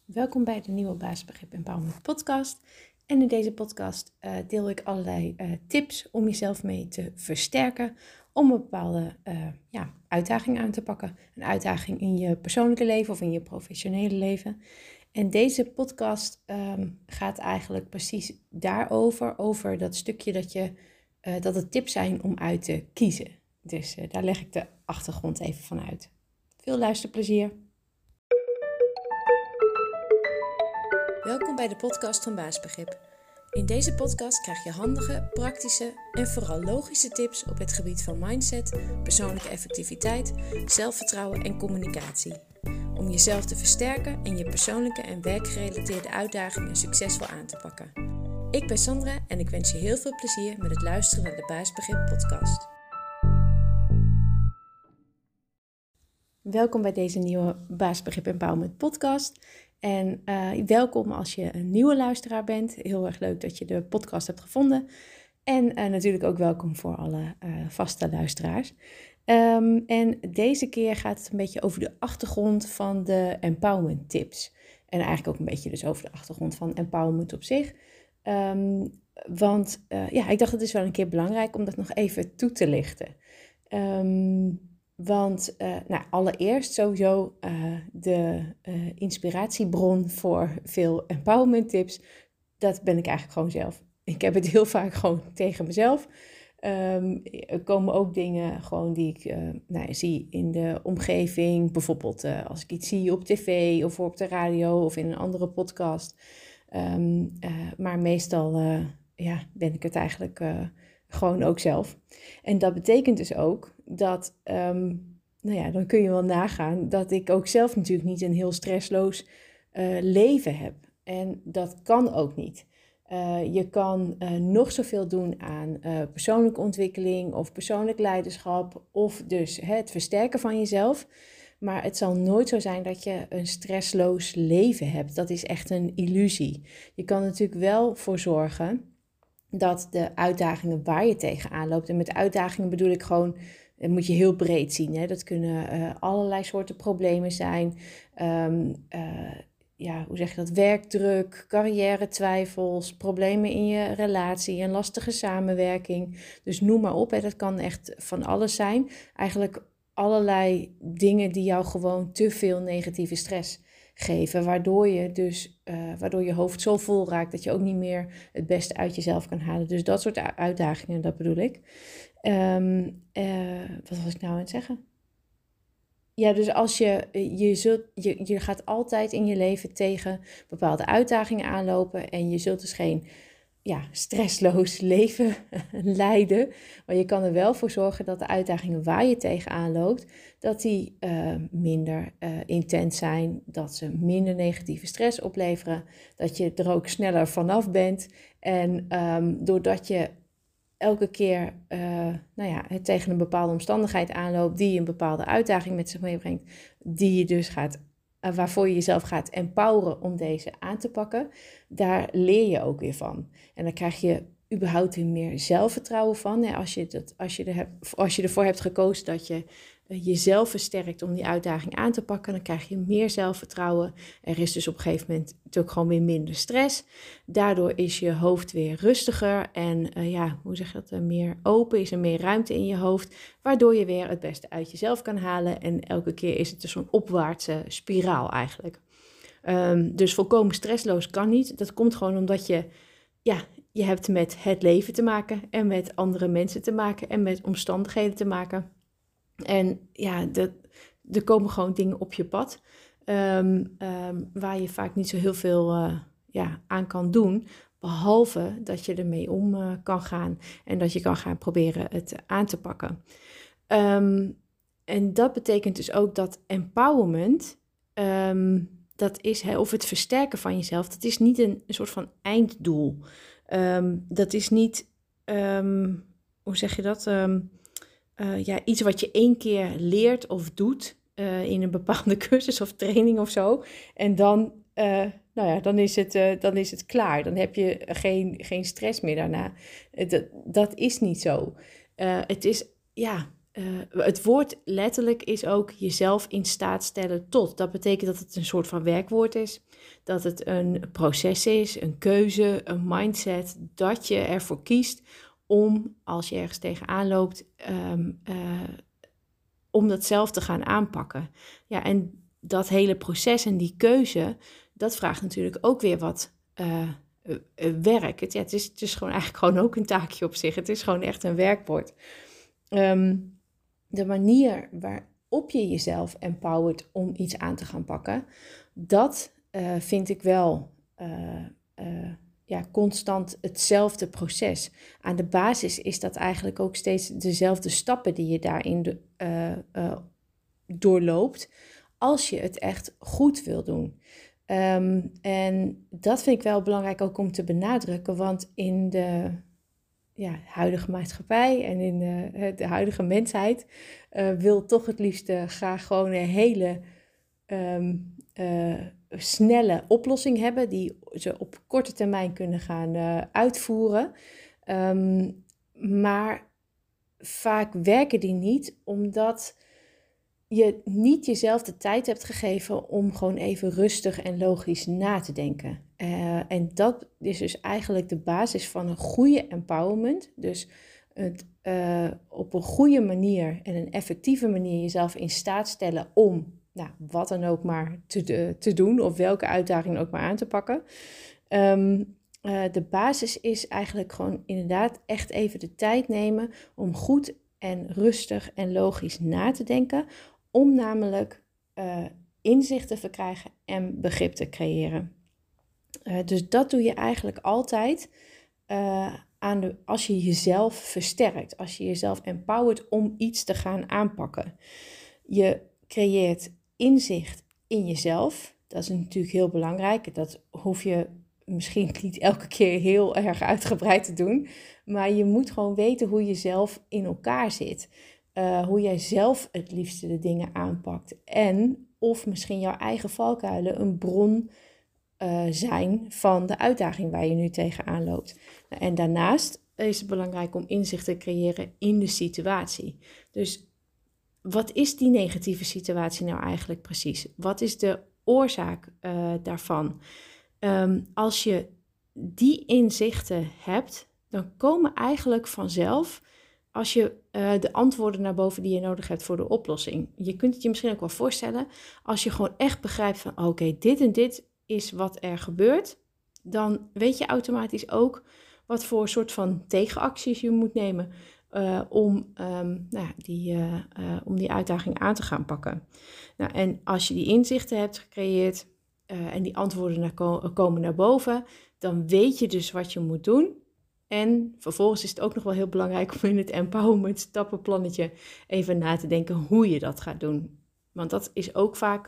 Welkom bij de nieuwe Basisbegrip Empowerment podcast. En in deze podcast deel ik allerlei tips om jezelf mee te versterken om een bepaalde uitdaging aan te pakken. Een uitdaging in je persoonlijke leven of in je professionele leven. En deze podcast gaat eigenlijk precies daarover, over dat stukje dat het tips zijn om uit te kiezen. Dus daar leg ik de achtergrond even van uit. Veel luisterplezier. Welkom bij de podcast van Basisbegrip. In deze podcast krijg je handige, praktische en vooral logische tips op het gebied van mindset, persoonlijke effectiviteit, zelfvertrouwen en communicatie. Om jezelf te versterken en je persoonlijke en werkgerelateerde uitdagingen succesvol aan te pakken. Ik ben Sandra en ik wens je heel veel plezier met het luisteren naar de Basisbegrip podcast. Welkom bij deze nieuwe Basisbegrip Empowerment podcast. En welkom als je een nieuwe luisteraar bent. Heel erg leuk dat je de podcast hebt gevonden. En natuurlijk ook welkom voor alle vaste luisteraars. En deze keer gaat het een beetje over de achtergrond van de empowerment tips. En eigenlijk ook een beetje dus over de achtergrond van empowerment op zich. Want ik dacht het is wel een keer belangrijk om dat nog even toe te lichten. Want allereerst sowieso de inspiratiebron voor veel empowerment tips, dat ben ik eigenlijk gewoon zelf. Ik heb het heel vaak gewoon tegen mezelf. Er komen ook dingen gewoon die ik zie in de omgeving. Bijvoorbeeld als ik iets zie op tv of op de radio of in een andere podcast. Maar meestal ben ik het eigenlijk gewoon ook zelf. En dat betekent dus ook dat, dan kun je wel nagaan dat ik ook zelf natuurlijk niet een heel stressloos leven heb. En dat kan ook niet. Je kan nog zoveel doen aan persoonlijke ontwikkeling of persoonlijk leiderschap of dus het versterken van jezelf. Maar het zal nooit zo zijn dat je een stressloos leven hebt. Dat is echt een illusie. Je kan er natuurlijk wel voor zorgen dat de uitdagingen waar je tegenaan loopt, en met uitdagingen bedoel ik gewoon, dat moet je heel breed zien. Hè? Dat kunnen allerlei soorten problemen zijn. Hoe zeg je dat? Werkdruk, carrière-twijfels, problemen in je relatie, een lastige samenwerking. Dus noem maar op, hè? Dat kan echt van alles zijn. Eigenlijk allerlei dingen die jou gewoon te veel negatieve stress geven, waardoor je hoofd zo vol raakt dat je ook niet meer het beste uit jezelf kan halen. Dus dat soort uitdagingen, dat bedoel ik. Wat was ik nou aan het zeggen? Ja, dus als je gaat altijd in je leven tegen bepaalde uitdagingen aanlopen en je zult dus geen stressloos leven leiden. Maar je kan er wel voor zorgen dat de uitdagingen waar je tegenaan loopt, dat die minder intens zijn, dat ze minder negatieve stress opleveren, dat je er ook sneller vanaf bent. En doordat je elke keer het tegen een bepaalde omstandigheid aanloopt die een bepaalde uitdaging met zich meebrengt, die je dus waarvoor je jezelf gaat empoweren om deze aan te pakken, daar leer je ook weer van. En dan krijg je überhaupt weer meer zelfvertrouwen van. Hè, als je ervoor hebt gekozen dat je jezelf versterkt om die uitdaging aan te pakken, dan krijg je meer zelfvertrouwen. Er is dus op een gegeven moment ook gewoon weer minder stress. Daardoor is je hoofd weer rustiger en meer open, is er meer ruimte in je hoofd, waardoor je weer het beste uit jezelf kan halen. En elke keer is het dus zo'n opwaartse spiraal eigenlijk. Dus volkomen stressloos kan niet. Dat komt gewoon omdat je hebt met het leven te maken en met andere mensen te maken en met omstandigheden te maken. En er komen gewoon dingen op je pad waar je vaak niet zo heel veel aan kan doen. Behalve dat je ermee om kan gaan en dat je kan gaan proberen het aan te pakken. En dat betekent dus ook dat empowerment, dat is, of het versterken van jezelf, dat is niet een soort van einddoel. Dat is niet, hoe zeg je dat? Iets wat je 1 keer leert of doet in een bepaalde cursus of training of zo. En dan, dan is het klaar. Dan heb je geen stress meer daarna. Dat is niet zo. Het is, het woord letterlijk is ook jezelf in staat stellen tot. Dat betekent dat het een soort van werkwoord is. Dat het een proces is, een keuze, een mindset. Dat je ervoor kiest om, als je ergens tegenaan loopt, om dat zelf te gaan aanpakken. Ja, en dat hele proces en die keuze, dat vraagt natuurlijk ook weer wat werk. Het is gewoon eigenlijk gewoon ook een taakje op zich. Het is gewoon echt een werkwoord. De manier waarop je jezelf empowert om iets aan te gaan pakken, dat vind ik wel constant hetzelfde proces. Aan de basis is dat eigenlijk ook steeds dezelfde stappen die je daarin doorloopt, als je het echt goed wil doen. En dat vind ik wel belangrijk ook om te benadrukken, want in de huidige maatschappij en in de huidige mensheid wil toch het liefst graag gewoon een hele snelle oplossing hebben die ze op korte termijn kunnen gaan uitvoeren. Maar vaak werken die niet, omdat je niet jezelf de tijd hebt gegeven om gewoon even rustig en logisch na te denken. En dat is dus eigenlijk de basis van een goede empowerment. Dus het op een goede manier en een effectieve manier jezelf in staat stellen om wat dan ook maar te doen, of welke uitdaging ook maar aan te pakken. De basis is eigenlijk gewoon inderdaad echt even de tijd nemen om goed en rustig en logisch na te denken, om namelijk inzicht te verkrijgen en begrip te creëren. Dus dat doe je eigenlijk altijd als je jezelf versterkt, als je jezelf empowert om iets te gaan aanpakken. Je creëert inzicht in jezelf. Dat is natuurlijk heel belangrijk. Dat hoef je misschien niet elke keer heel erg uitgebreid te doen. Maar je moet gewoon weten hoe je zelf in elkaar zit. Hoe jij zelf het liefste de dingen aanpakt. En of misschien jouw eigen valkuilen een bron zijn van de uitdaging waar je nu tegenaan loopt. En daarnaast is het belangrijk om inzicht te creëren in de situatie. Dus wat is die negatieve situatie nou eigenlijk precies? Wat is de oorzaak daarvan? Als je die inzichten hebt, dan komen eigenlijk vanzelf, als je de antwoorden naar boven die je nodig hebt voor de oplossing. Je kunt het je misschien ook wel voorstellen, als je gewoon echt begrijpt van oké, dit en dit is wat er gebeurt, dan weet je automatisch ook wat voor soort van tegenacties je moet nemen om die uitdaging aan te gaan pakken. Nou, en als je die inzichten hebt gecreëerd en die antwoorden komen naar boven, dan weet je dus wat je moet doen. En vervolgens is het ook nog wel heel belangrijk om in het empowerment stappenplannetje even na te denken hoe je dat gaat doen. Want dat is ook vaak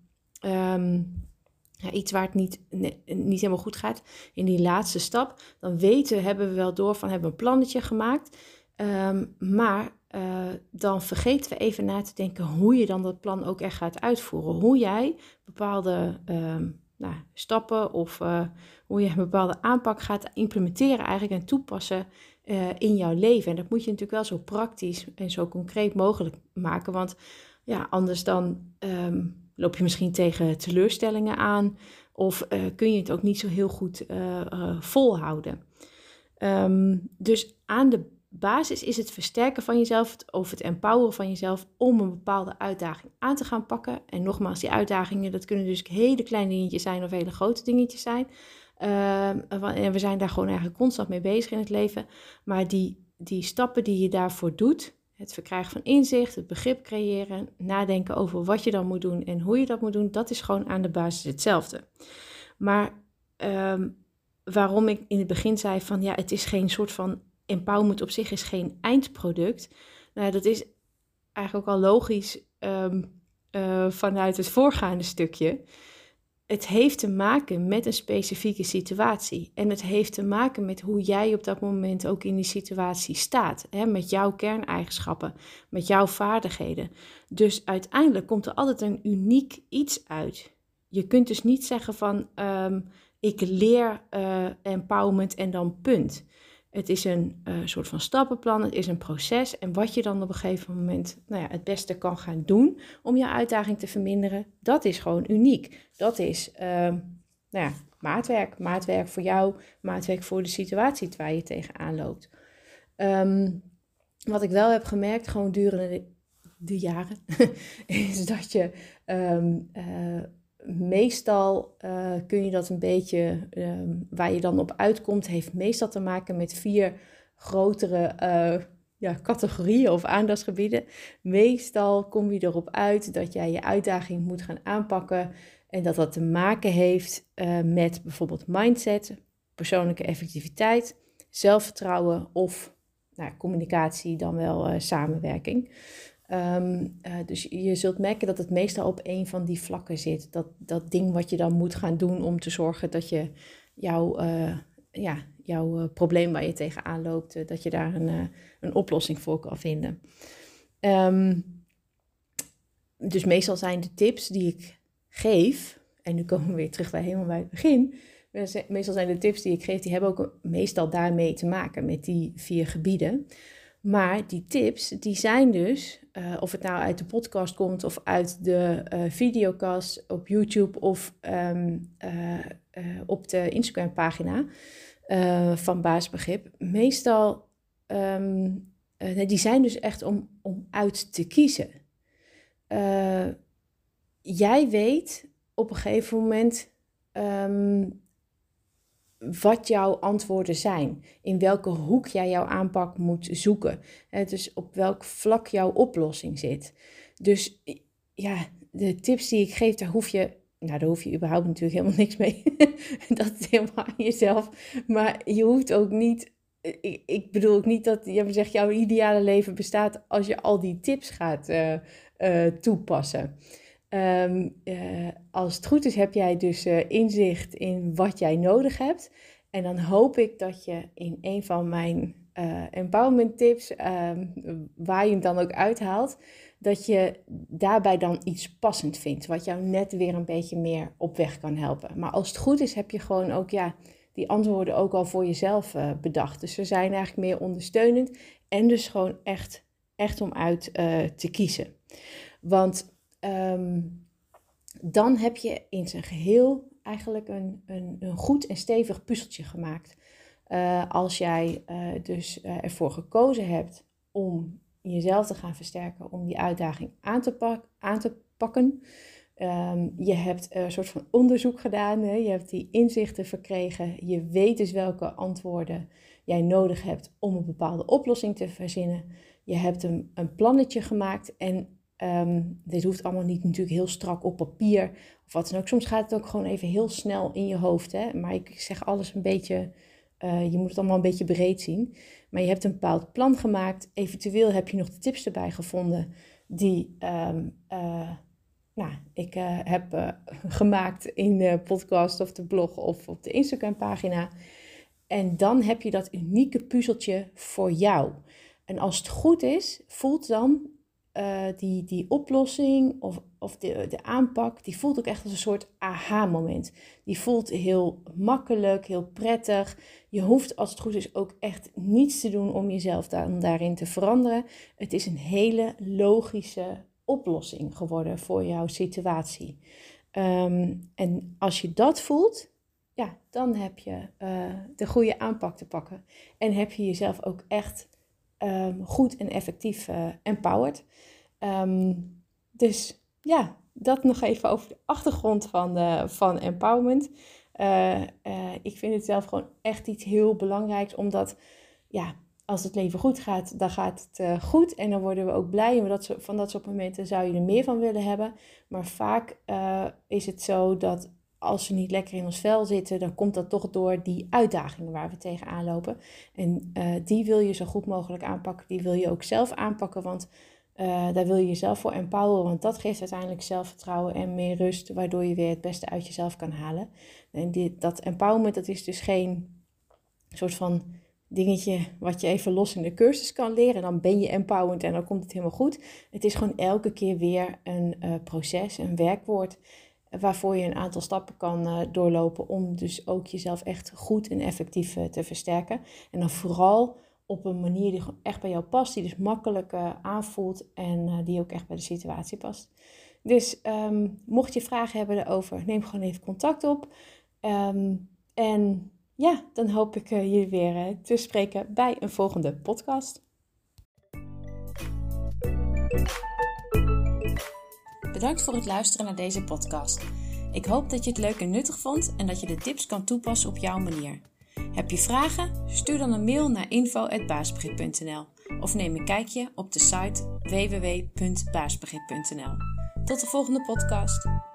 iets waar het niet helemaal goed gaat. In die laatste stap, dan hebben we wel door van hebben we een plannetje gemaakt. Maar dan vergeten we even na te denken hoe je dan dat plan ook echt gaat uitvoeren. Hoe jij bepaalde stappen of hoe je een bepaalde aanpak gaat implementeren eigenlijk en toepassen in jouw leven. En dat moet je natuurlijk wel zo praktisch en zo concreet mogelijk maken. Want anders dan loop je misschien tegen teleurstellingen aan of kun je het ook niet zo heel goed volhouden. Dus aan de basis is het versterken van jezelf of het empoweren van jezelf om een bepaalde uitdaging aan te gaan pakken. En nogmaals, die uitdagingen, dat kunnen dus hele kleine dingetjes zijn of hele grote dingetjes zijn. En we zijn daar gewoon eigenlijk constant mee bezig in het leven. Maar die stappen die je daarvoor doet, het verkrijgen van inzicht, het begrip creëren, nadenken over wat je dan moet doen en hoe je dat moet doen, dat is gewoon aan de basis hetzelfde. Maar waarom ik in het begin zei van het is geen soort van empowerment op zich is geen eindproduct. Nou, dat is eigenlijk ook al logisch vanuit het voorgaande stukje. Het heeft te maken met een specifieke situatie. En het heeft te maken met hoe jij op dat moment ook in die situatie staat. Hè? Met jouw kerneigenschappen, met jouw vaardigheden. Dus uiteindelijk komt er altijd een uniek iets uit. Je kunt dus niet zeggen van ik leer empowerment en dan punt. Het is een soort van stappenplan, het is een proces. En wat je dan op een gegeven moment het beste kan gaan doen om je uitdaging te verminderen, dat is gewoon uniek. Dat is maatwerk. Maatwerk voor jou, maatwerk voor de situatie waar je tegenaan loopt. Wat ik wel heb gemerkt, gewoon durende de jaren, is dat je meestal kun je dat een beetje, waar je dan op uitkomt, heeft meestal te maken met 4 grotere categorieën of aandachtsgebieden. Meestal kom je erop uit dat jij je uitdaging moet gaan aanpakken en dat dat te maken heeft met bijvoorbeeld mindset, persoonlijke effectiviteit, zelfvertrouwen of communicatie, dan wel samenwerking. Dus je zult merken dat het meestal op een van die vlakken zit. Dat ding wat je dan moet gaan doen om te zorgen dat je jouw probleem waar je tegenaan loopt, dat je daar een oplossing voor kan vinden. Dus meestal zijn de tips die ik geef, en nu komen we weer terug helemaal bij het begin. Meestal zijn de tips die ik geef, die hebben ook meestal daarmee te maken met die 4 gebieden. Maar die tips, die zijn dus, of het nou uit de podcast komt of uit de videocast op YouTube of op de Instagram pagina van Basisbegrip. Meestal, die zijn dus echt om uit te kiezen. Jij weet op een gegeven moment wat jouw antwoorden zijn. In welke hoek jij jouw aanpak moet zoeken. Dus op welk vlak jouw oplossing zit. Dus ja, de tips die ik geef, daar hoef je überhaupt natuurlijk helemaal niks mee. Dat is helemaal aan jezelf. Maar je hoeft ook niet... Ik bedoel ook niet dat jouw ideale leven bestaat als je al die tips gaat toepassen. Als het goed is heb jij dus inzicht in wat jij nodig hebt. En dan hoop ik dat je in een van mijn empowerment tips, waar je hem dan ook uithaalt, dat je daarbij dan iets passend vindt. Wat jou net weer een beetje meer op weg kan helpen. Maar als het goed is heb je gewoon ook die antwoorden ook al voor jezelf bedacht. Dus ze zijn eigenlijk meer ondersteunend. En dus gewoon echt om uit te kiezen. Want dan heb je in zijn geheel eigenlijk een goed en stevig puzzeltje gemaakt. Als jij dus ervoor gekozen hebt om jezelf te gaan versterken, om die uitdaging aan te pakken. Je hebt een soort van onderzoek gedaan, hè? Je hebt die inzichten verkregen. Je weet dus welke antwoorden jij nodig hebt om een bepaalde oplossing te verzinnen. Je hebt een plannetje gemaakt en dit hoeft allemaal niet natuurlijk heel strak op papier of wat dan ook. Soms gaat het ook gewoon even heel snel in je hoofd. Hè? Maar ik zeg alles een beetje, je moet het allemaal een beetje breed zien. Maar je hebt een bepaald plan gemaakt. Eventueel heb je nog de tips erbij gevonden die ik heb gemaakt in de podcast of de blog of op de Instagram pagina. En dan heb je dat unieke puzzeltje voor jou. En als het goed is, voelt dan die oplossing of de aanpak, die voelt ook echt als een soort aha-moment. Die voelt heel makkelijk, heel prettig. Je hoeft als het goed is ook echt niets te doen om jezelf daarin te veranderen. Het is een hele logische oplossing geworden voor jouw situatie. En als je dat voelt, dan heb je de goede aanpak te pakken. En heb je jezelf ook echt goed en effectief empowered. Dus dat nog even over de achtergrond van empowerment. Ik vind het zelf gewoon echt iets heel belangrijks, omdat als het leven goed gaat, dan gaat het goed. En dan worden we ook blij. En van dat soort momenten zou je er meer van willen hebben. Maar vaak is het zo dat als we niet lekker in ons vel zitten, dan komt dat toch door die uitdagingen waar we tegenaan lopen. En die wil je zo goed mogelijk aanpakken. Die wil je ook zelf aanpakken, want daar wil je jezelf voor empoweren. Want dat geeft uiteindelijk zelfvertrouwen en meer rust, waardoor je weer het beste uit jezelf kan halen. En dat empowerment, dat is dus geen soort van dingetje wat je even los in de cursus kan leren. Dan ben je empowered en dan komt het helemaal goed. Het is gewoon elke keer weer een proces, een werkwoord. waarvoor je een aantal stappen kan doorlopen om dus ook jezelf echt goed en effectief te versterken. En dan vooral op een manier die gewoon echt bij jou past, die dus makkelijk aanvoelt en die ook echt bij de situatie past. Dus mocht je vragen hebben daarover, neem gewoon even contact op. En ja, dan hoop ik jullie weer te spreken bij een volgende podcast. Bedankt voor het luisteren naar deze podcast. Ik hoop dat je het leuk en nuttig vond en dat je de tips kan toepassen op jouw manier. Heb je vragen? Stuur dan een mail naar info@baasbegrip.nl of neem een kijkje op de site www.baasbegrip.nl. Tot de volgende podcast.